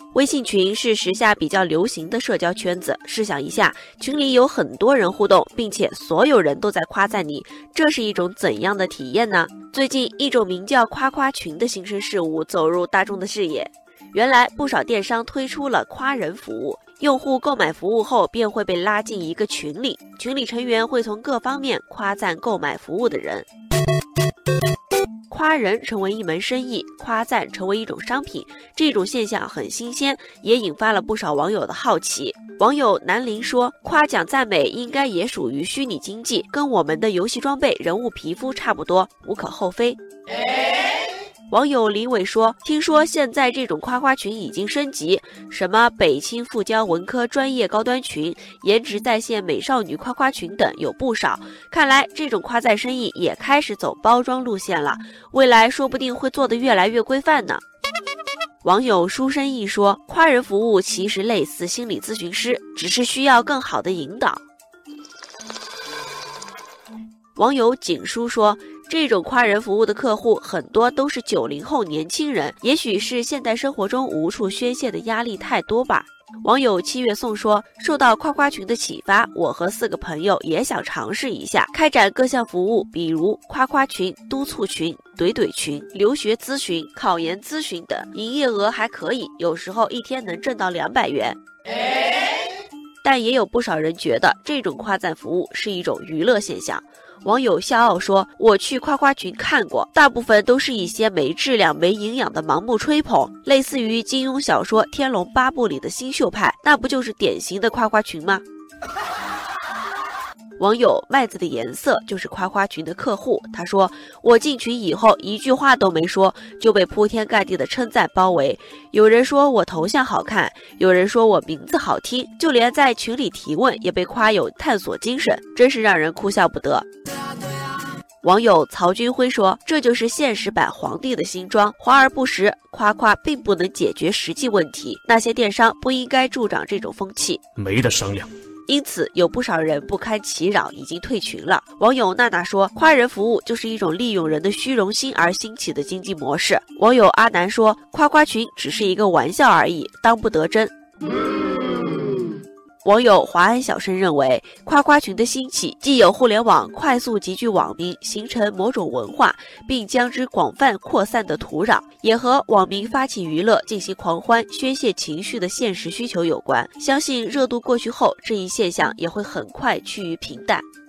微信群是时下比较流行的社交圈子，试想一下，群里有很多人互动，并且所有人都在夸赞你，这是一种怎样的体验呢？最近，一种名叫夸夸群的新生事物走入大众的视野。原来，不少电商推出了夸人服务，用户购买服务后便会被拉进一个群里，群里成员会从各方面夸赞购买服务的人。夸人成为一门生意，夸赞成为一种商品，这种现象很新鲜，也引发了不少网友的好奇。网友南林说，夸奖赞美应该也属于虚拟经济，跟我们的游戏装备、人物皮肤差不多，无可厚非。网友林伟说，听说现在这种夸夸群已经升级，什么北清复交文科专业高端群、颜值在线美少女夸夸群等有不少，看来这种夸赞生意也开始走包装路线了，未来说不定会做得越来越规范呢。网友书生意说，夸人服务其实类似心理咨询师，只是需要更好的引导。网友景书说，这种夸人服务的客户很多都是90后年轻人，也许是现代生活中无处宣泄的压力太多吧。网友七月颂说，受到夸夸群的启发，我和4个朋友也想尝试一下，开展各项服务，比如夸夸群、督促群、怼怼群、留学咨询、考研咨询等，营业额还可以，有时候一天能挣到200元。但也有不少人觉得这种夸赞服务是一种娱乐现象。网友笑傲说，我去夸夸群看过，大部分都是一些没质量没营养的盲目吹捧，类似于金庸小说《天龙八部》里的新秀派，那不就是典型的夸夸群吗？网友麦子的颜色就是夸夸群的客户，他说，我进群以后一句话都没说，就被铺天盖地的称赞包围，有人说我头像好看，有人说我名字好听，就连在群里提问也被夸有探索精神，真是让人哭笑不得。网友曹军辉说，这就是现实版皇帝的新装，华而不实，夸夸并不能解决实际问题，那些电商不应该助长这种风气， 没得商量。 因此有不少人不堪其扰，已经退群了。网友娜娜说，夸人服务就是一种利用人的虚荣心而兴起的经济模式。网友阿南说，夸夸群只是一个玩笑而已，当不得真。网友华安小生认为，夸夸群的兴起既有互联网快速集聚网民，形成某种文化，并将之广泛扩散的土壤，也和网民发起娱乐、进行狂欢、宣泄情绪的现实需求有关。相信热度过去后，这一现象也会很快趋于平淡。